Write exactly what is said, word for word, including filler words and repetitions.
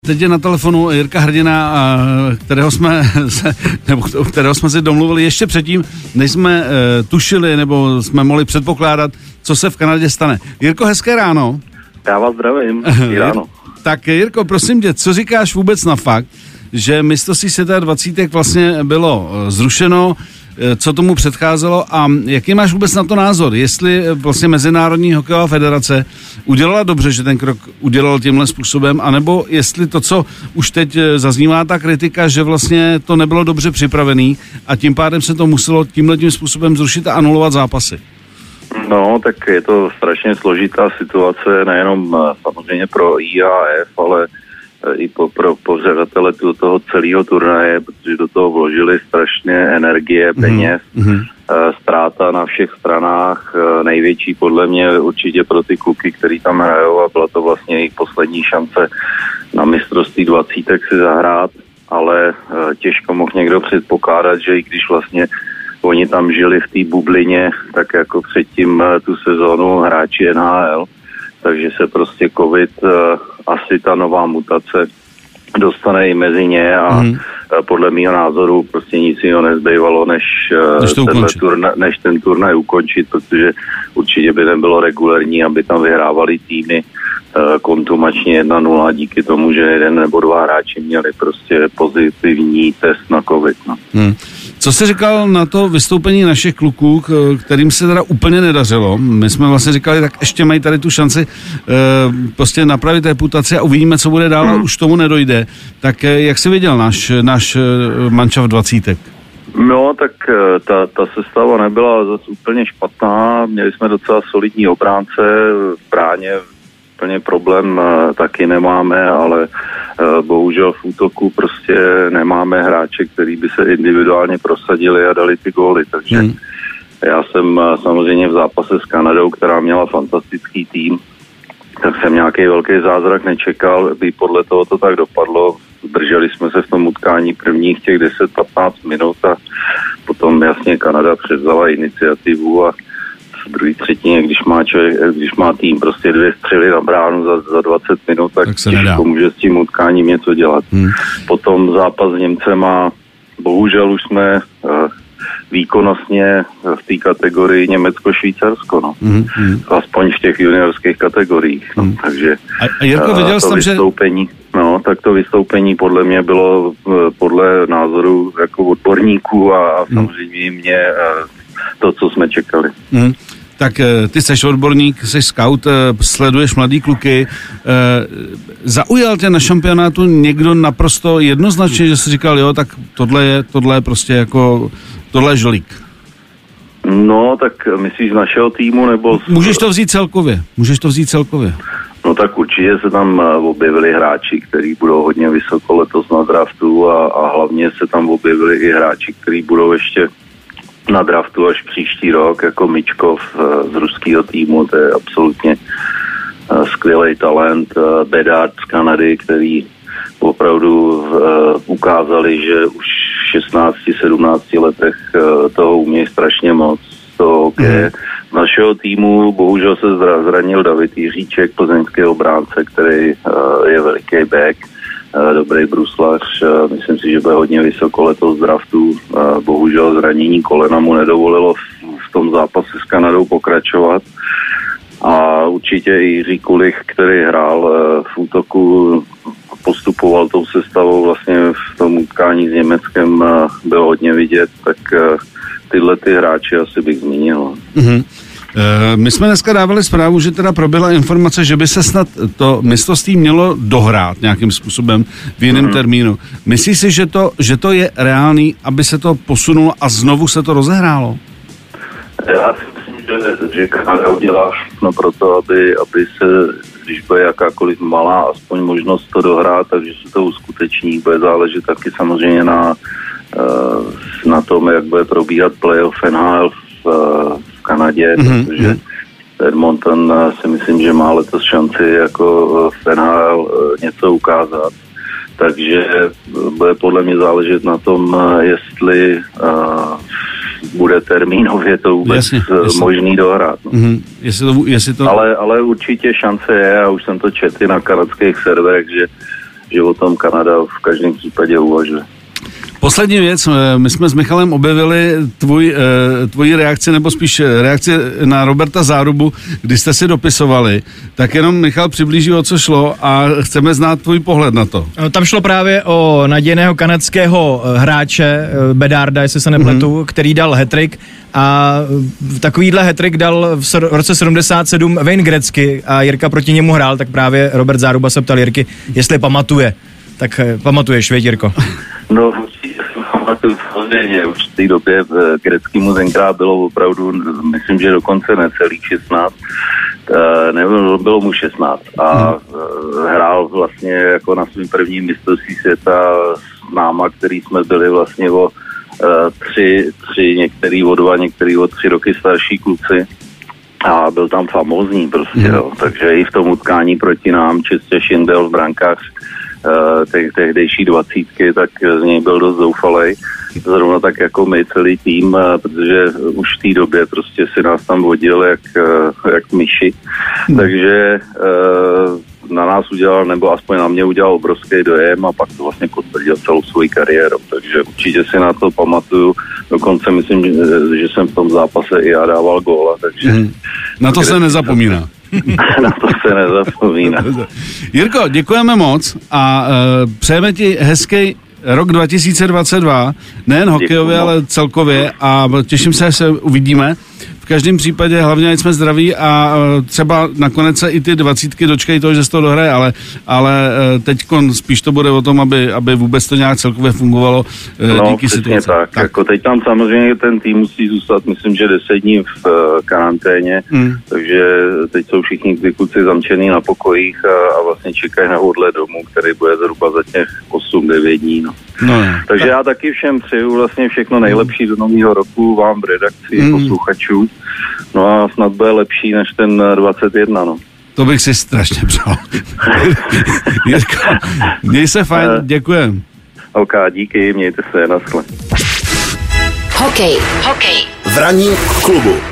Teď je na telefonu Jirka Hrdina, kterého jsme, se, nebo kterého jsme si domluvili ještě předtím, než jsme e, tušili, nebo jsme mohli předpokládat, co se v Kanadě stane. Jirko, hezké ráno. Já vás zdravím. Ráno. Tak Jirko, prosím tě, co říkáš vůbec na fakt, že mistrovství světa dvacítek vlastně bylo zrušeno, co tomu předcházelo a jaký máš vůbec na to názor? Jestli vlastně Mezinárodní hokejová federace udělala dobře, že ten krok udělal tímhle způsobem, anebo jestli to, co už teď zaznívá ta kritika, že vlastně to nebylo dobře připravený a tím pádem se to muselo tímhletím způsobem zrušit a anulovat zápasy? No, tak je to strašně složitá situace, nejenom samozřejmě pro I H F, ale i po, pro pořadatele toho celého turnaje, protože do toho vložili strašně energie, peněz, mm-hmm. ztráta na všech stranách, největší podle mě určitě pro ty kluky, který tam hrajou a byla to vlastně jejich poslední šance na mistrovství dvacítek si zahrát, ale těžko mohl někdo předpokládat, že i když vlastně oni tam žili v té bublině, tak jako předtím tu sezónu hráči N H L, takže se prostě covid, asi ta nová mutace dostane i mezi ně a hmm. podle mýho názoru prostě nic jiného nezbývalo, než, než, turna, než ten turnaj ukončit, protože určitě by nebylo regulérní, aby tam vyhrávali týmy kontumačně jedna nula díky tomu, že jeden nebo dva hráči měli prostě pozitivní test na covid. No. Hmm. Co jsi říkal na to vystoupení našich kluků, kterým se teda úplně nedařilo? My jsme vlastně říkali, tak ještě mají tady tu šanci e, prostě napravit reputaci a uvidíme, co bude dál, hmm. už tomu nedojde. Tak e, jak jsi viděl náš, náš mančaft dvacítek? No, tak ta, ta sestava nebyla zase úplně špatná, měli jsme docela solidní obránce v bráně, úplně problém taky nemáme, ale bohužel v útoku prostě nemáme hráče, který by se individuálně prosadili a dali ty góly, takže hmm. já jsem samozřejmě v zápase s Kanadou, která měla fantastický tým, tak jsem nějaký velký zázrak nečekal, by podle toho to tak dopadlo. Drželi jsme se v tom utkání prvních těch deset patnáct minut a potom jasně Kanada převzala iniciativu a v druhé třetině, když má, člověk, když má tým prostě dvě střely na bránu za, za dvacet minut, tak, tak těžko může s tím utkáním něco dělat. Hmm. Potom zápas s Němcema, bohužel už jsme uh, výkonnostně v té kategorii Německo-Švýcarsko, no. Hmm. Aspoň v těch juniorských kategoriích. No. Hmm. Takže a, a Jirko, viděl uh, to jsem, vystoupení, že... no, tak to vystoupení podle mě bylo uh, podle názoru jako odborníků a, a samozřejmě mě uh, to, co jsme čekali. Hmm. Tak ty jsi odborník, jsi scout, sleduješ mladý kluky. Zaujal tě na šampionátu někdo naprosto jednoznačně, že jsi říkal, jo, tak tohle je, tohle je prostě jako, tohle je žolík? No, tak myslíš z našeho týmu, nebo... Z... Můžeš to vzít celkově, můžeš to vzít celkově. No tak určitě se tam objevili hráči, kteří budou hodně vysoko letos na draftu a, a hlavně se tam objevili i hráči, kteří budou ještě na draftu až příští rok, jako Mičkov z ruského týmu, to je absolutně skvělý talent, Bedard z Kanady, který opravdu ukázali, že už v šestnácti sedmnácti letech toho umějí strašně moc, toho hokeje. Z našeho týmu bohužel se zranil David Jiříček, plzeňský obránce, který je veliký back, dobrý bruslař, myslím si, že bude hodně vysoko letos z draftu. Bohužel zranění kolena mu nedovolilo v tom zápase s Kanadou pokračovat. A určitě i Jiří Kulich, který hrál v útoku, postupoval tou sestavou vlastně v tom utkání s Německem, byl hodně vidět, tak tyhle ty hráči asi bych zmínil. Mm-hmm. My jsme dneska dávali zprávu, že teda proběhla informace, že by se snad to mistrovství mělo dohrát nějakým způsobem v jiném mm. termínu. Myslíš si, že to, že to je reálný, aby se to posunulo a znovu se to rozehrálo? Já si myslím, že, že Kanada udělá všechno pro to, aby, aby se, když bude jakákoliv malá aspoň možnost to dohrát, takže se to uskuteční. Bude záležet taky samozřejmě na, na tom, jak bude probíhat playoff N H L v, v Kanadě, mm-hmm. protože Edmonton si myslím, že má letos šanci jako v N H L něco ukázat. Takže bude podle mě záležet na tom, jestli uh, bude termínově to vůbec jasně, jasně. možný dohrát. No. Mm-hmm. Jestli to, jestli to... Ale, ale určitě šance je, a už jsem to četl na kanadských serverech, že že o tom Kanada v každém případě uvažuje. Poslední věc, my jsme s Michalem objevili tvůj, tvoji reakci, nebo spíš reakci na Roberta Zárubu, kdy jste si dopisovali, tak jenom Michal přiblíží, o co šlo a chceme znát tvůj pohled na to. Tam šlo právě o nadějného kanadského hráče, Bedarda, jestli se nepletu, mm-hmm. který dal hat-trick a takovýhle hat-trick dal v roce sedmdesát sedm Wayne Gretzky a Jirka proti němu hrál, tak právě Robert Záruba se ptal Jirky, jestli pamatuje. Tak pamatuješ, věď, Jirko? No, určitě si pamatuju, samozřejmě, už v té době Gretzkymu tenkrát bylo opravdu, myslím, že dokonce necelých šestnáct, nebylo, bylo mu šestnáct a hrál vlastně jako na svým prvním mistrovství světa s náma, který jsme byli vlastně o tři, tři některý o dva, některý o tři roky starší kluci. A byl tam famózní prostě, mm. jo. Takže i v tom utkání proti nám čistě Šindel v brankách Te- tehdejší dvacítky, tak z něj byl dost zoufalej. Zrovna tak jako my celý tým, protože už v té době prostě si nás tam vodil jak, jak myši. Hmm. Takže na nás udělal, nebo aspoň na mě udělal obrovský dojem a pak to vlastně potvrdil celou svou kariéru. Takže určitě si na to pamatuju. Dokonce myslím, že jsem v tom zápase i já dával góla. Takže hmm. Na to se nezapomíná. Na to se nezapomíná. Jirko, děkujeme moc a uh, přejeme ti hezký rok dva tisíce dvacet dva, nejen hokejově, ale celkově a těším se, že se uvidíme. V každém případě hlavně, ať jsme zdraví a uh, třeba nakonec se i ty dvacítky dočkají toho, že se to dohraje, ale, ale uh, teďkon spíš to bude o tom, aby, aby vůbec to nějak celkově fungovalo uh, no, díky situaci. Tak. tak. Jako teď tam samozřejmě ten tým musí zůstat, myslím, že deset dní v uh, karanténě, hmm. takže teď jsou všichni ty kluci zamčený na pokojích a, a vlastně čekají na odlet domů, který bude zhruba za těch osm devět dní. No. No, takže tak. Já taky všem přeju vlastně všechno nejlepší do nového roku, vám v redakci, hmm. posluchačů. No a snad bude lepší než ten dvacet jedna, no. To bych si strašně přál. Jirko, měj se fajn, děkujem. Ok, díky, mějte se, naschle. Hokej, hokej. V ranní klubu.